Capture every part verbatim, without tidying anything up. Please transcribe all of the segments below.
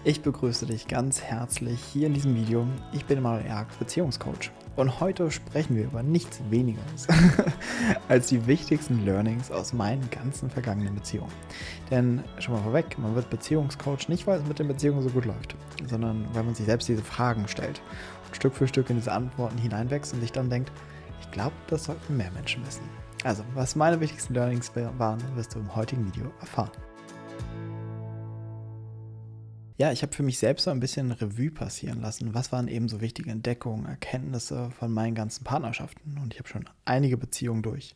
Ich begrüße dich ganz herzlich hier in diesem Video. Ich bin Manuel Erk, Beziehungscoach. Und heute sprechen wir über nichts Weniges als die wichtigsten Learnings aus meinen ganzen vergangenen Beziehungen. Denn schon mal vorweg, man wird Beziehungscoach nicht, weil es mit den Beziehungen so gut läuft, sondern weil man sich selbst diese Fragen stellt und Stück für Stück in diese Antworten hineinwächst und sich dann denkt, ich glaube, das sollten mehr Menschen wissen. Also, was meine wichtigsten Learnings waren, wirst du im heutigen Video erfahren. Ja, ich habe für mich selbst so ein bisschen Revue passieren lassen. Was waren eben so wichtige Entdeckungen, Erkenntnisse von meinen ganzen Partnerschaften? Und ich habe schon einige Beziehungen durch.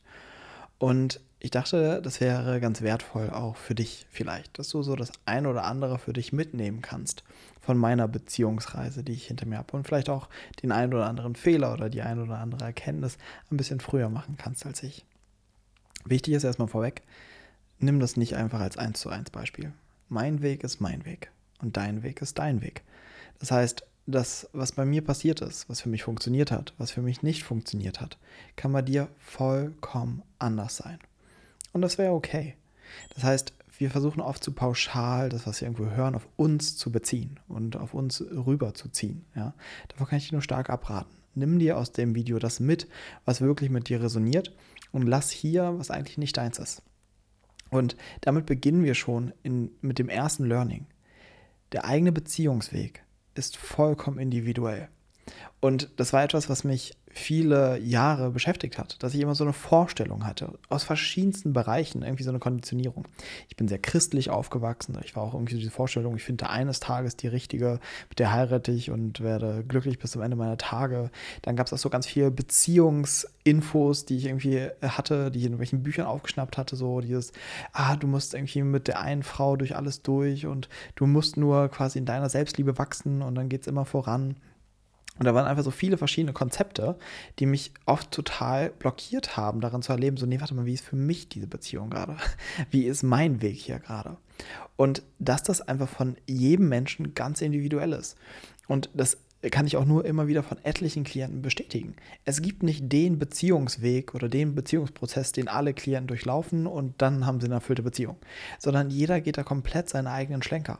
Und ich dachte, das wäre ganz wertvoll auch für dich vielleicht, dass du so das ein oder andere für dich mitnehmen kannst von meiner Beziehungsreise, die ich hinter mir habe. Und vielleicht auch den ein oder anderen Fehler oder die ein oder andere Erkenntnis ein bisschen früher machen kannst als ich. Wichtig ist erstmal vorweg, nimm das nicht einfach als eins zu eins Beispiel. Mein Weg ist mein Weg. Und dein Weg ist dein Weg. Das heißt, das, was bei mir passiert ist, was für mich funktioniert hat, was für mich nicht funktioniert hat, kann bei dir vollkommen anders sein. Und das wäre okay. Das heißt, wir versuchen oft zu pauschal, das, was wir irgendwo hören, auf uns zu beziehen und auf uns rüberzuziehen. Ja? Davon kann ich dir nur stark abraten. Nimm dir aus dem Video das mit, was wirklich mit dir resoniert und lass hier, was eigentlich nicht deins ist. Und damit beginnen wir schon in, mit dem ersten Learning. Der eigene Beziehungsweg ist vollkommen individuell. Und das war etwas, was mich viele Jahre beschäftigt hat, dass ich immer so eine Vorstellung hatte, aus verschiedensten Bereichen, irgendwie so eine Konditionierung. Ich bin sehr christlich aufgewachsen, ich war auch irgendwie so diese Vorstellung, ich finde eines Tages die richtige, mit der heirate ich und werde glücklich bis zum Ende meiner Tage. Dann gab es auch so ganz viele Beziehungsinfos, die ich irgendwie hatte, die ich in irgendwelchen Büchern aufgeschnappt hatte, so dieses, ah, du musst irgendwie mit der einen Frau durch alles durch und du musst nur quasi in deiner Selbstliebe wachsen und dann geht es immer voran. Und da waren einfach so viele verschiedene Konzepte, die mich oft total blockiert haben, daran zu erleben, so, nee, warte mal, wie ist für mich diese Beziehung gerade? Wie ist mein Weg hier gerade? Und dass das einfach von jedem Menschen ganz individuell ist. Und das kann ich auch nur immer wieder von etlichen Klienten bestätigen. Es gibt nicht den Beziehungsweg oder den Beziehungsprozess, den alle Klienten durchlaufen und dann haben sie eine erfüllte Beziehung. Sondern jeder geht da komplett seinen eigenen Schlenker.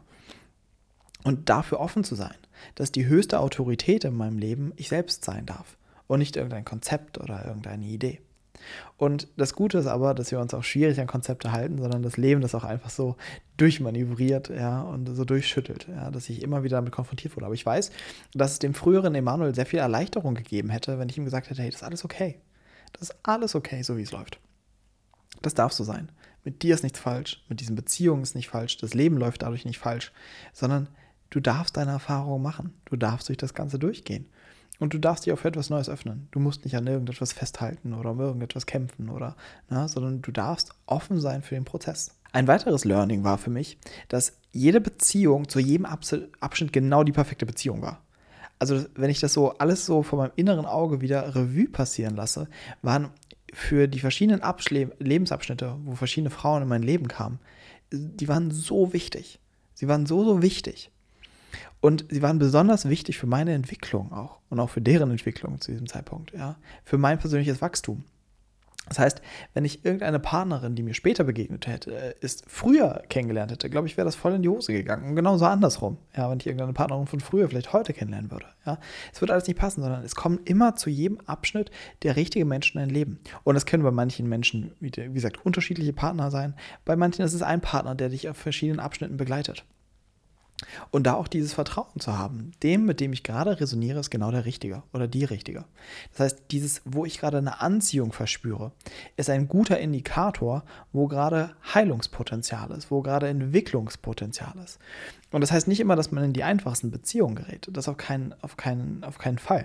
Und dafür offen zu sein, dass die höchste Autorität in meinem Leben ich selbst sein darf und nicht irgendein Konzept oder irgendeine Idee. Und das Gute ist aber, dass wir uns auch schwierig an Konzepte halten, sondern das Leben das auch einfach so durchmanövriert, ja, und so durchschüttelt, ja, dass ich immer wieder damit konfrontiert wurde. Aber ich weiß, dass es dem früheren Emanuel sehr viel Erleichterung gegeben hätte, wenn ich ihm gesagt hätte, hey, das ist alles okay. Das ist alles okay, so wie es läuft. Das darf so sein. Mit dir ist nichts falsch, mit diesen Beziehungen ist nicht falsch, das Leben läuft dadurch nicht falsch, sondern du darfst deine Erfahrungen machen. Du darfst durch das Ganze durchgehen. Und du darfst dich auch für etwas Neues öffnen. Du musst nicht an irgendetwas festhalten oder um irgendetwas kämpfen, oder, na, sondern du darfst offen sein für den Prozess. Ein weiteres Learning war für mich, dass jede Beziehung zu jedem Abschnitt genau die perfekte Beziehung war. Also wenn ich das so alles so vor meinem inneren Auge wieder Revue passieren lasse, waren für die verschiedenen Abschle- Lebensabschnitte, wo verschiedene Frauen in mein Leben kamen, die waren so wichtig. Sie waren so, so wichtig. Und sie waren besonders wichtig für meine Entwicklung auch und auch für deren Entwicklung zu diesem Zeitpunkt, ja, für mein persönliches Wachstum. Das heißt, wenn ich irgendeine Partnerin, die mir später begegnet hätte, ist früher kennengelernt hätte, glaube ich, wäre das voll in die Hose gegangen. Und genauso andersrum, ja, wenn ich irgendeine Partnerin von früher vielleicht heute kennenlernen würde. Ja. Es wird alles nicht passen, sondern es kommen immer zu jedem Abschnitt der richtige Menschen in dein Leben. Und das können bei manchen Menschen, wie gesagt, unterschiedliche Partner sein. Bei manchen ist es ein Partner, der dich auf verschiedenen Abschnitten begleitet. Und da auch dieses Vertrauen zu haben, dem, mit dem ich gerade resoniere, ist genau der Richtige oder die Richtige. Das heißt, dieses, wo ich gerade eine Anziehung verspüre, ist ein guter Indikator, wo gerade Heilungspotenzial ist, wo gerade Entwicklungspotenzial ist. Und das heißt nicht immer, dass man in die einfachsten Beziehungen gerät. Das auf keinen, auf keinen, auf keinen Fall.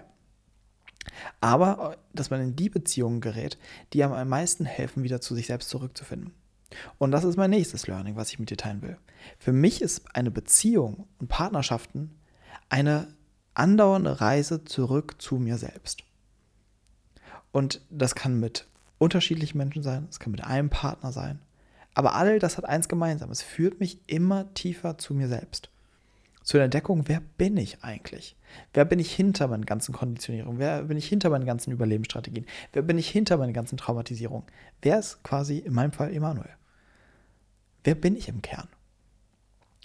Aber, dass man in die Beziehungen gerät, die einem am meisten helfen, wieder zu sich selbst zurückzufinden. Und das ist mein nächstes Learning, was ich mit dir teilen will. Für mich ist eine Beziehung und Partnerschaften eine andauernde Reise zurück zu mir selbst. Und das kann mit unterschiedlichen Menschen sein, es kann mit einem Partner sein. Aber all das hat eins gemeinsam, es führt mich immer tiefer zu mir selbst. Zur Entdeckung, wer bin ich eigentlich? Wer bin ich hinter meinen ganzen Konditionierungen? Wer bin ich hinter meinen ganzen Überlebensstrategien? Wer bin ich hinter meinen ganzen Traumatisierungen? Wer ist quasi in meinem Fall Emanuel? Wer bin ich im Kern?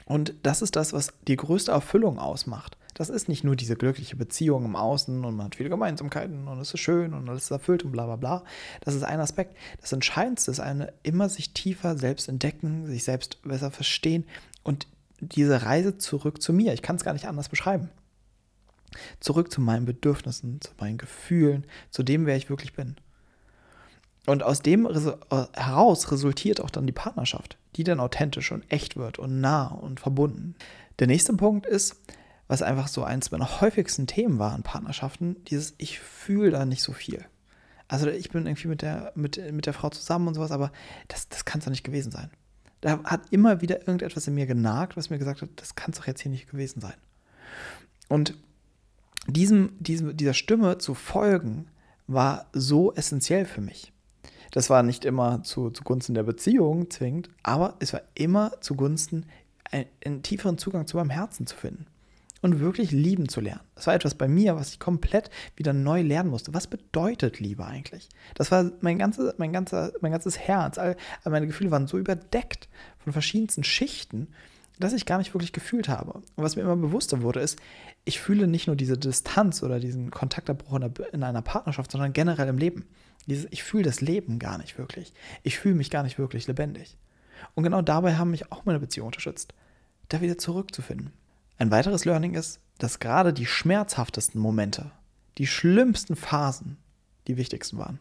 Und das ist das, was die größte Erfüllung ausmacht. Das ist nicht nur diese glückliche Beziehung im Außen und man hat viele Gemeinsamkeiten und es ist schön und alles ist erfüllt und bla bla bla. Das ist ein Aspekt. Das Entscheidendste ist eine immer sich tiefer selbst entdecken, sich selbst besser verstehen und diese Reise zurück zu mir. Ich kann es gar nicht anders beschreiben. Zurück zu meinen Bedürfnissen, zu meinen Gefühlen, zu dem, wer ich wirklich bin. Und aus dem heraus resultiert auch dann die Partnerschaft, die dann authentisch und echt wird und nah und verbunden. Der nächste Punkt ist, was einfach so eins meiner häufigsten Themen war in Partnerschaften, dieses ich fühle da nicht so viel. Also ich bin irgendwie mit der, mit, mit der Frau zusammen und sowas, aber das, das kann es doch nicht gewesen sein. Da hat immer wieder irgendetwas in mir genagt, was mir gesagt hat, das kann es doch jetzt hier nicht gewesen sein. Und diesem, diesem, dieser Stimme zu folgen, war so essentiell für mich. Das war nicht immer zu, zugunsten der Beziehung zwingend, aber es war immer zugunsten, einen, einen tieferen Zugang zu meinem Herzen zu finden und wirklich lieben zu lernen. Das war etwas bei mir, was ich komplett wieder neu lernen musste. Was bedeutet Liebe eigentlich? Das war mein, ganze, mein, ganzer, mein ganzes Herz. All, all meine Gefühle waren so überdeckt von verschiedensten Schichten, dass ich gar nicht wirklich gefühlt habe. Und was mir immer bewusster wurde, ist, ich fühle nicht nur diese Distanz oder diesen Kontaktabbruch in einer, in einer Partnerschaft, sondern generell im Leben. Dieses, ich fühle das Leben gar nicht wirklich. Ich fühle mich gar nicht wirklich lebendig. Und genau dabei haben mich auch meine Beziehungen unterstützt, da wieder zurückzufinden. Ein weiteres Learning ist, dass gerade die schmerzhaftesten Momente, die schlimmsten Phasen, die wichtigsten waren.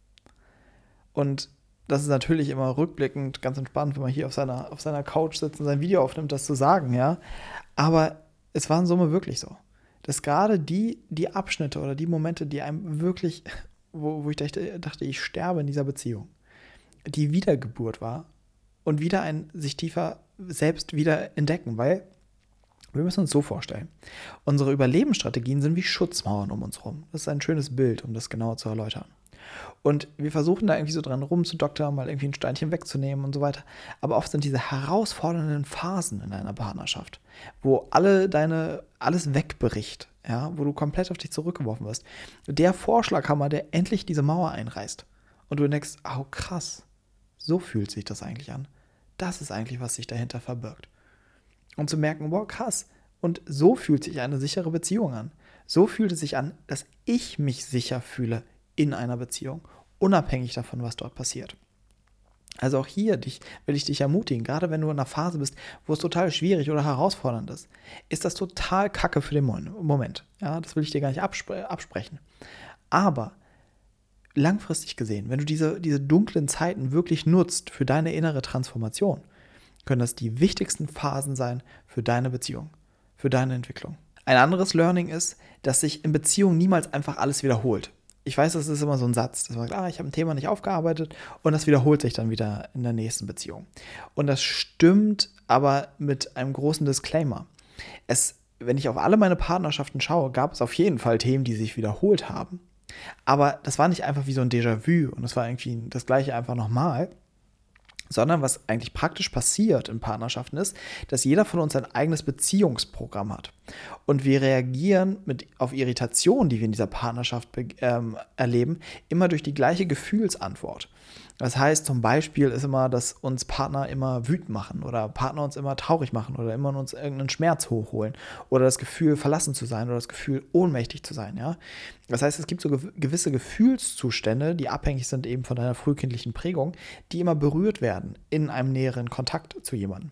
Und das ist natürlich immer rückblickend ganz entspannt, wenn man hier auf seiner, auf seiner Couch sitzt und sein Video aufnimmt, das zu sagen, ja. Aber es war in Summe wirklich so, dass gerade die, die Abschnitte oder die Momente, die einem wirklich, wo, wo ich dachte, dachte, ich sterbe in dieser Beziehung, die Wiedergeburt war und wieder ein sich tiefer selbst wieder entdecken, weil wir müssen uns so vorstellen, unsere Überlebensstrategien sind wie Schutzmauern um uns herum. Das ist ein schönes Bild, um das genauer zu erläutern. Und wir versuchen da irgendwie so dran rumzudoktern, mal irgendwie ein Steinchen wegzunehmen und so weiter. Aber oft sind diese herausfordernden Phasen in einer Partnerschaft, wo alle deine, alles wegbricht, ja, wo du komplett auf dich zurückgeworfen wirst. Der Vorschlaghammer, der endlich diese Mauer einreißt. Und du denkst, oh krass, so fühlt sich das eigentlich an. Das ist eigentlich, was sich dahinter verbirgt. Und zu merken, wow, krass. Und so fühlt sich eine sichere Beziehung an. So fühlt es sich an, dass ich mich sicher fühle in einer Beziehung, unabhängig davon, was dort passiert. Also auch hier dich, will ich dich ermutigen, gerade wenn du in einer Phase bist, wo es total schwierig oder herausfordernd ist, ist das total kacke für den Moment. Ja, das will ich dir gar nicht abspre- absprechen. Aber langfristig gesehen, wenn du diese, diese dunklen Zeiten wirklich nutzt für deine innere Transformation, können das die wichtigsten Phasen sein für deine Beziehung, für deine Entwicklung. Ein anderes Learning ist, dass sich in Beziehungen niemals einfach alles wiederholt. Ich weiß, das ist immer so ein Satz, dass man sagt, ah, ich habe ein Thema nicht aufgearbeitet und das wiederholt sich dann wieder in der nächsten Beziehung. Und das stimmt aber mit einem großen Disclaimer. Es, wenn ich auf alle meine Partnerschaften schaue, gab es auf jeden Fall Themen, die sich wiederholt haben. Aber das war nicht einfach wie so ein Déjà-vu und das war irgendwie das Gleiche einfach nochmal, sondern was eigentlich praktisch passiert in Partnerschaften ist, dass jeder von uns ein eigenes Beziehungsprogramm hat. Und wir reagieren mit, auf Irritationen, die wir in dieser Partnerschaft ähm, erleben, immer durch die gleiche Gefühlsantwort. Das heißt, zum Beispiel ist immer, dass uns Partner immer wütend machen oder Partner uns immer traurig machen oder immer uns irgendeinen Schmerz hochholen oder das Gefühl, verlassen zu sein oder das Gefühl, ohnmächtig zu sein. Ja? Das heißt, es gibt so ge- gewisse Gefühlszustände, die abhängig sind eben von deiner frühkindlichen Prägung, die immer berührt werden in einem näheren Kontakt zu jemandem.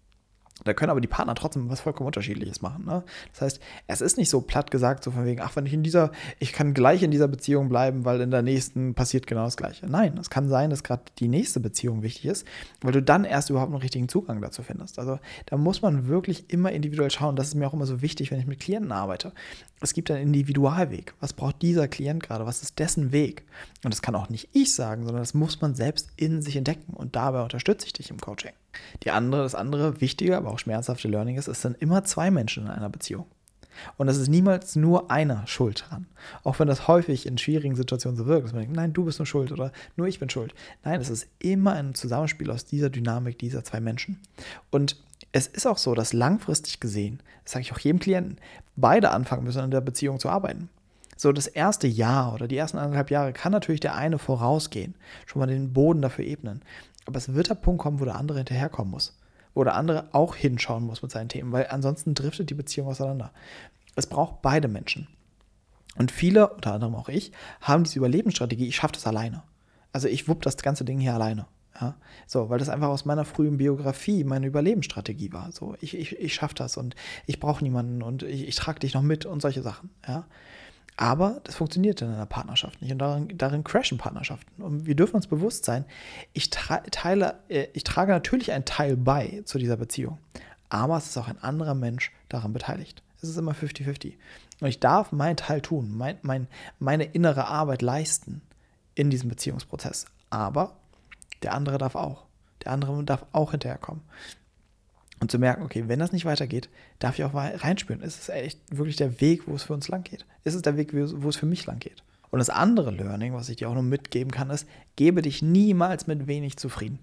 Da können aber die Partner trotzdem was vollkommen Unterschiedliches machen. Ne? Das heißt, es ist nicht so platt gesagt, so von wegen, ach, wenn ich in dieser, ich kann gleich in dieser Beziehung bleiben, weil in der nächsten passiert genau das Gleiche. Nein, es kann sein, dass gerade die nächste Beziehung wichtig ist, weil du dann erst überhaupt einen richtigen Zugang dazu findest. Also da muss man wirklich immer individuell schauen. Das ist mir auch immer so wichtig, wenn ich mit Klienten arbeite. Es gibt einen Individualweg. Was braucht dieser Klient gerade? Was ist dessen Weg? Und das kann auch nicht ich sagen, sondern das muss man selbst in sich entdecken. Und dabei unterstütze ich dich im Coaching. Die andere, das andere wichtige, aber auch schmerzhafte Learning ist, es sind immer zwei Menschen in einer Beziehung. Und es ist niemals nur einer schuld dran. Auch wenn das häufig in schwierigen Situationen so wirkt, dass man denkt, nein, du bist nur schuld oder nur ich bin schuld. Nein, es ist immer ein Zusammenspiel aus dieser Dynamik dieser zwei Menschen. Und es ist auch so, dass langfristig gesehen, das sage ich auch jedem Klienten, beide anfangen müssen, an der Beziehung zu arbeiten. So das erste Jahr oder die ersten anderthalb Jahre kann natürlich der eine vorausgehen, schon mal den Boden dafür ebnen. Aber es wird der Punkt kommen, wo der andere hinterherkommen muss. wo der andere auch hinschauen muss mit seinen Themen, weil ansonsten driftet die Beziehung auseinander. Es braucht beide Menschen. Und viele, unter anderem auch ich, haben diese Überlebensstrategie, ich schaffe das alleine. Also ich wupp das ganze Ding hier alleine. Ja? So, weil das einfach aus meiner frühen Biografie meine Überlebensstrategie war. So, ich, ich, ich schaffe das und ich brauche niemanden und ich, ich trage dich noch mit und solche Sachen. Ja? Aber das funktioniert in einer Partnerschaft nicht und darin, darin crashen Partnerschaften. Und wir dürfen uns bewusst sein, ich, tra- teile, äh, ich trage natürlich einen Teil bei zu dieser Beziehung, aber es ist auch ein anderer Mensch daran beteiligt. Es ist immer fünfzig fünfzig. Und ich darf meinen Teil tun, mein, mein, meine innere Arbeit leisten in diesem Beziehungsprozess. Aber der andere darf auch. Der andere darf auch hinterherkommen. Und zu merken, okay, wenn das nicht weitergeht, darf ich auch mal reinspüren. Ist es echt wirklich der Weg, wo es für uns lang geht? Ist es der Weg, wo es für mich lang geht? Und das andere Learning, was ich dir auch noch mitgeben kann, ist, gebe dich niemals mit wenig zufrieden.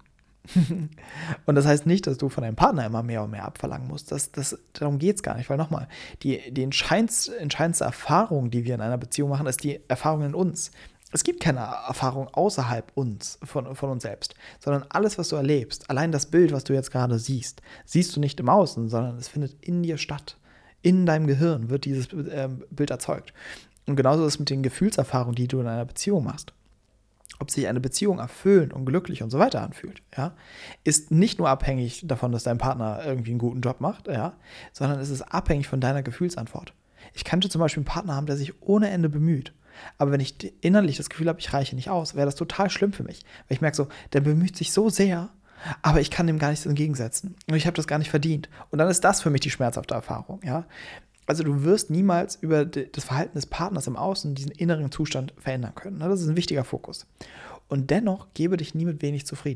Und das heißt nicht, dass du von deinem Partner immer mehr und mehr abverlangen musst. Das, das, darum geht es gar nicht, weil nochmal, die, die entscheidendste, entscheidendste Erfahrung, die wir in einer Beziehung machen, ist die Erfahrung in uns. Es gibt keine Erfahrung außerhalb uns, von, von uns selbst, sondern alles, was du erlebst, allein das Bild, was du jetzt gerade siehst, siehst du nicht im Außen, sondern es findet in dir statt. In deinem Gehirn wird dieses äh, Bild erzeugt. Und genauso ist es mit den Gefühlserfahrungen, die du in einer Beziehung machst. Ob sich eine Beziehung erfüllend und glücklich und so weiter anfühlt, ja, ist nicht nur abhängig davon, dass dein Partner irgendwie einen guten Job macht, ja, sondern es ist abhängig von deiner Gefühlsantwort. Ich könnte zum Beispiel einen Partner haben, der sich ohne Ende bemüht, aber wenn ich innerlich das Gefühl habe, ich reiche nicht aus, wäre das total schlimm für mich, weil ich merke so, der bemüht sich so sehr, aber ich kann dem gar nichts entgegensetzen und ich habe das gar nicht verdient und dann ist das für mich die schmerzhafte Erfahrung, ja. Also du wirst niemals über das Verhalten des Partners im Außen diesen inneren Zustand verändern können. Das ist ein wichtiger Fokus. Und dennoch gebe dich nie mit wenig zufrieden.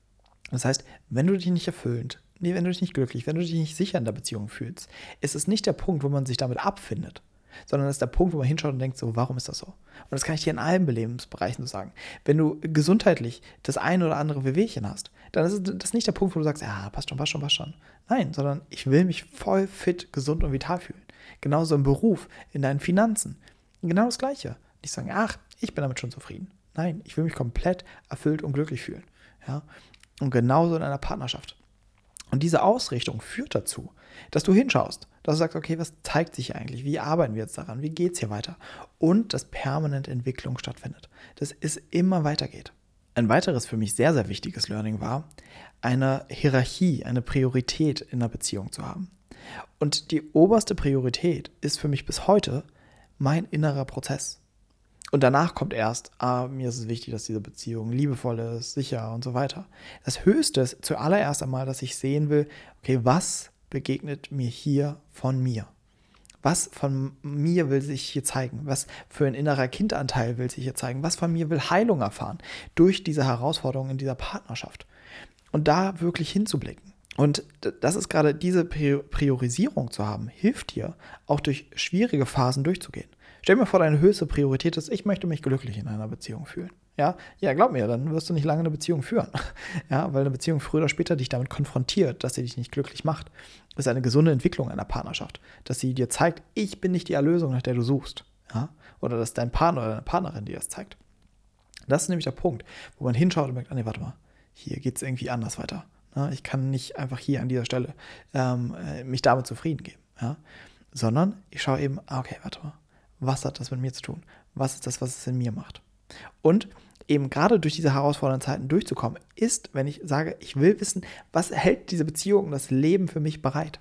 Das heißt, wenn du dich nicht erfüllend, wenn du dich nicht glücklich, wenn du dich nicht sicher in der Beziehung fühlst, ist es nicht der Punkt, wo man sich damit abfindet, sondern es ist der Punkt, wo man hinschaut und denkt so, warum ist das so? Und das kann ich dir in allen Lebensbereichen so sagen. Wenn du gesundheitlich das eine oder andere Wehwehchen hast, dann ist das nicht der Punkt, wo du sagst, ja, passt schon, passt schon, passt schon. Nein, sondern ich will mich voll fit, gesund und vital fühlen. Genauso im Beruf, in deinen Finanzen. Genau das Gleiche. Nicht sagen, ach, ich bin damit schon zufrieden. Nein, ich will mich komplett erfüllt und glücklich fühlen. Ja? Und genauso in einer Partnerschaft. Und diese Ausrichtung führt dazu, dass du hinschaust, dass du sagst, okay, was zeigt sich eigentlich? Wie arbeiten wir jetzt daran? Wie geht es hier weiter? Und dass permanent Entwicklung stattfindet. Dass es immer weitergeht. Ein weiteres für mich sehr, sehr wichtiges Learning war, eine Hierarchie, eine Priorität in einer Beziehung zu haben. Und die oberste Priorität ist für mich bis heute mein innerer Prozess. Und danach kommt erst, ah, mir ist es wichtig, dass diese Beziehung liebevoll ist, sicher und so weiter. Das Höchste ist zuallererst einmal, dass ich sehen will, okay, was begegnet mir hier von mir? Was von mir will sich hier zeigen? Was für ein innerer Kindanteil will sich hier zeigen? Was von mir will Heilung erfahren durch diese Herausforderung in dieser Partnerschaft? Und da wirklich hinzublicken. Und das ist gerade diese Priorisierung zu haben, hilft dir, auch durch schwierige Phasen durchzugehen. Stell dir mal vor, deine höchste Priorität ist, ich möchte mich glücklich in einer Beziehung fühlen. Ja, ja, glaub mir, dann wirst du nicht lange eine Beziehung führen. Ja, weil eine Beziehung früher oder später dich damit konfrontiert, dass sie dich nicht glücklich macht. Das ist eine gesunde Entwicklung einer Partnerschaft, dass sie dir zeigt, ich bin nicht die Erlösung, nach der du suchst. Ja? Oder dass dein Partner oder deine Partnerin dir das zeigt. Das ist nämlich der Punkt, wo man hinschaut und merkt, ah, nee, warte mal, hier geht es irgendwie anders weiter. Ja? Ich kann nicht einfach hier an dieser Stelle ähm, mich damit zufrieden geben. Ja? Sondern ich schaue eben, ah, okay, warte mal, was hat das mit mir zu tun? Was ist das, was es in mir macht? Und eben gerade durch diese herausfordernden Zeiten durchzukommen, ist, wenn ich sage, ich will wissen, was hält diese Beziehung, das Leben für mich bereit?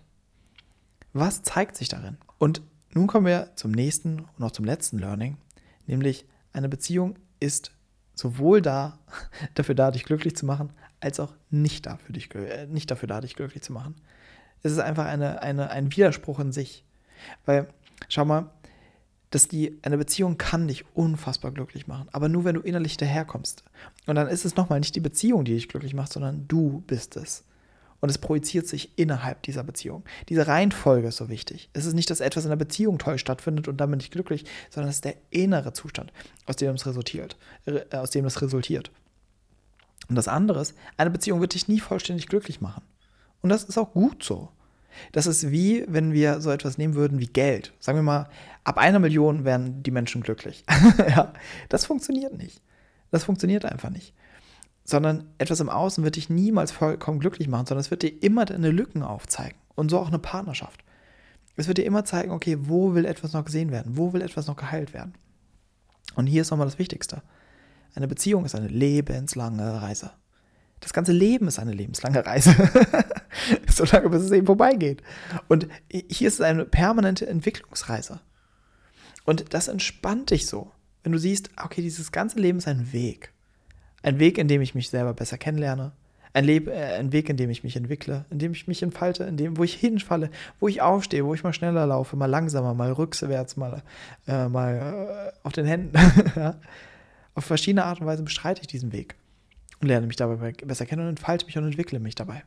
Was zeigt sich darin? Und nun kommen wir zum nächsten und auch zum letzten Learning, nämlich eine Beziehung ist sowohl da, dafür da, dich glücklich zu machen, als auch nicht dafür, dich, äh, nicht dafür da, dich glücklich zu machen. Es ist einfach eine, eine, ein Widerspruch in sich. Weil, schau mal, dass die, eine Beziehung kann dich unfassbar glücklich machen, aber nur, wenn du innerlich daherkommst. Und dann ist es nochmal nicht die Beziehung, die dich glücklich macht, sondern du bist es. Und es projiziert sich innerhalb dieser Beziehung. Diese Reihenfolge ist so wichtig. Es ist nicht, dass etwas in der Beziehung toll stattfindet und damit nicht glücklich, sondern es ist der innere Zustand, aus dem es resultiert. Äh, aus dem das resultiert. Und das andere ist, eine Beziehung wird dich nie vollständig glücklich machen. Und das ist auch gut so. Das ist wie, wenn wir so etwas nehmen würden wie Geld. Sagen wir mal, ab einer Million wären die Menschen glücklich. Ja, das funktioniert nicht. Das funktioniert einfach nicht. sondern etwas im Außen wird dich niemals vollkommen glücklich machen, sondern es wird dir immer deine Lücken aufzeigen. Und so auch eine Partnerschaft. Es wird dir immer zeigen, okay, wo will etwas noch gesehen werden? Wo will etwas noch geheilt werden? Und hier ist nochmal das Wichtigste. Eine Beziehung ist eine lebenslange Reise. Das ganze Leben ist eine lebenslange Reise. Solange bis es eben vorbeigeht. Und hier ist es eine permanente Entwicklungsreise. Und das entspannt dich so, wenn du siehst, okay, dieses ganze Leben ist ein Weg. Ein Weg, in dem ich mich selber besser kennenlerne. Ein, Leb- äh, ein Weg, in dem ich mich entwickle, in dem ich mich entfalte, in dem, wo ich hinfalle, wo ich aufstehe, wo ich mal schneller laufe, mal langsamer, mal rückwärts, mal, äh, mal äh, auf den Händen. Ja? Auf verschiedene Art und Weise bestreite ich diesen Weg und lerne mich dabei besser kennen und entfalte mich und entwickle mich dabei.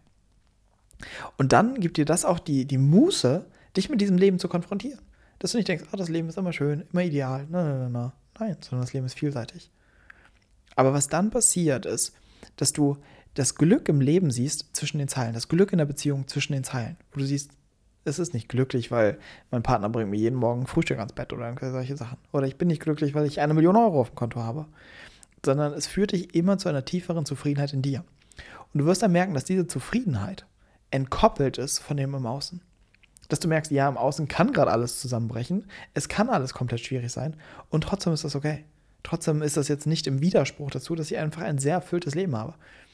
Und dann gibt dir das auch die, die Muße, dich mit diesem Leben zu konfrontieren. Dass du nicht denkst, oh, das Leben ist immer schön, immer ideal. Nein, nein, nein, nein. Nein, sondern das Leben ist vielseitig. Aber was dann passiert ist, dass du das Glück im Leben siehst zwischen den Zeilen, das Glück in der Beziehung zwischen den Zeilen, wo du siehst, es ist nicht glücklich, weil mein Partner bringt mir jeden Morgen Frühstück ans Bett oder solche Sachen. Oder ich bin nicht glücklich, weil ich eine Million Euro auf dem Konto habe. Sondern es führt dich immer zu einer tieferen Zufriedenheit in dir. Und du wirst dann merken, dass diese Zufriedenheit entkoppelt ist von dem im Außen. Dass du merkst, ja, im Außen kann gerade alles zusammenbrechen, es kann alles komplett schwierig sein und trotzdem ist das okay. Trotzdem ist das jetzt nicht im Widerspruch dazu, dass ich einfach ein sehr erfülltes Leben habe.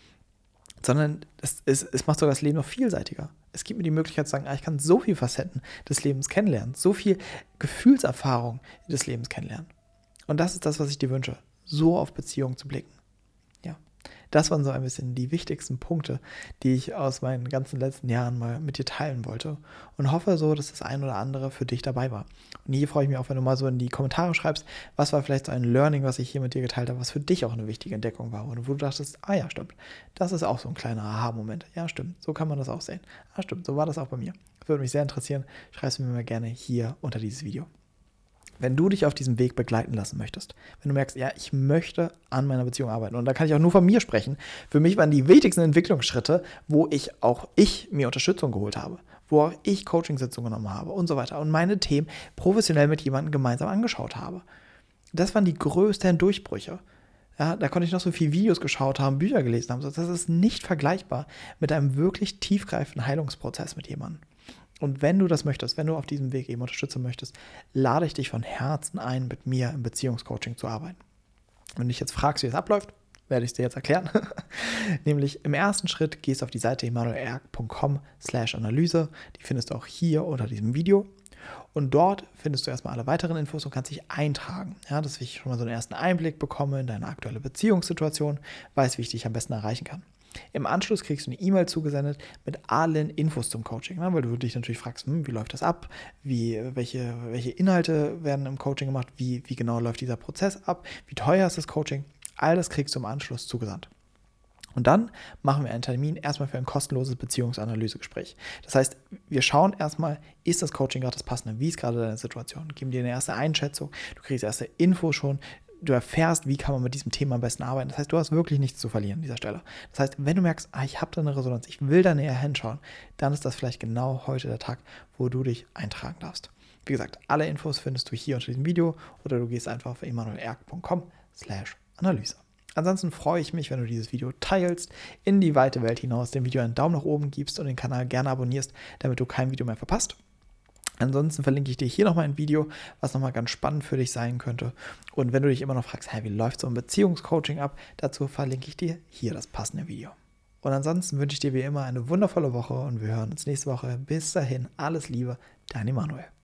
Sondern es, es, es macht sogar das Leben noch vielseitiger. Es gibt mir die Möglichkeit zu sagen, ah, ich kann so viele Facetten des Lebens kennenlernen, so viel Gefühlserfahrung des Lebens kennenlernen. Und das ist das, was ich dir wünsche, so auf Beziehungen zu blicken. Ja, das waren so ein bisschen die wichtigsten Punkte, die ich aus meinen ganzen letzten Jahren mal mit dir teilen wollte und hoffe so, dass das ein oder andere für dich dabei war. Und hier freue ich mich auch, wenn du mal so in die Kommentare schreibst, was war vielleicht so ein Learning, was ich hier mit dir geteilt habe, was für dich auch eine wichtige Entdeckung war und wo du dachtest, ah ja, stimmt, das ist auch so ein kleiner Aha-Moment. Ja, stimmt, so kann man das auch sehen. Ah, stimmt, so war das auch bei mir. Das würde mich sehr interessieren. Schreib es mir mal gerne hier unter dieses Video. Wenn du dich auf diesem Weg begleiten lassen möchtest, wenn du merkst, ja, ich möchte an meiner Beziehung arbeiten, und da kann ich auch nur von mir sprechen, für mich waren die wichtigsten Entwicklungsschritte, wo ich auch ich mir Unterstützung geholt habe, wo auch ich Coachingsitzungen genommen habe und so weiter und meine Themen professionell mit jemandem gemeinsam angeschaut habe. Das waren die größten Durchbrüche. Ja, da konnte ich noch so viele Videos geschaut haben, Bücher gelesen haben. Das ist nicht vergleichbar mit einem wirklich tiefgreifenden Heilungsprozess mit jemandem. Und wenn du das möchtest, wenn du auf diesem Weg eben unterstützen möchtest, lade ich dich von Herzen ein, mit mir im Beziehungscoaching zu arbeiten. Wenn du dich jetzt fragst, wie es abläuft, werde ich es dir jetzt erklären. Nämlich im ersten Schritt gehst du auf die Seite emanuelerg punkt com slash Analyse. Die findest du auch hier unter diesem Video. Und dort findest du erstmal alle weiteren Infos und kannst dich eintragen. Ja, dass ich schon mal so einen ersten Einblick bekomme in deine aktuelle Beziehungssituation, weiß, wie ich dich am besten erreichen kann. Im Anschluss kriegst du eine E-Mail zugesendet mit allen Infos zum Coaching, ne? Weil du dich natürlich fragst, hm, wie läuft das ab, wie, welche, welche Inhalte werden im Coaching gemacht, wie, wie genau läuft dieser Prozess ab, wie teuer ist das Coaching, all das kriegst du im Anschluss zugesandt. Und dann machen wir einen Termin erstmal für ein kostenloses Beziehungsanalysegespräch. Das heißt, wir schauen erstmal, ist das Coaching gerade das Passende, wie ist gerade deine Situation, geben dir eine erste Einschätzung, du kriegst erste Info schon, du erfährst, wie kann man mit diesem Thema am besten arbeiten. Das heißt, du hast wirklich nichts zu verlieren an dieser Stelle. Das heißt, wenn du merkst, ah, ich habe da eine Resonanz, ich will da näher hinschauen, dann ist das vielleicht genau heute der Tag, wo du dich eintragen darfst. Wie gesagt, alle Infos findest du hier unter diesem Video oder du gehst einfach auf emanuelerg punkt com slash Analyse. Ansonsten freue ich mich, wenn du dieses Video teilst, in die weite Welt hinaus, dem Video einen Daumen nach oben gibst und den Kanal gerne abonnierst, damit du kein Video mehr verpasst. Ansonsten verlinke ich dir hier nochmal ein Video, was nochmal ganz spannend für dich sein könnte. Und wenn du dich immer noch fragst, hey, wie läuft so ein Beziehungscoaching ab, dazu verlinke ich dir hier das passende Video. Und ansonsten wünsche ich dir wie immer eine wundervolle Woche und wir hören uns nächste Woche. Bis dahin, alles Liebe, dein Emanuel.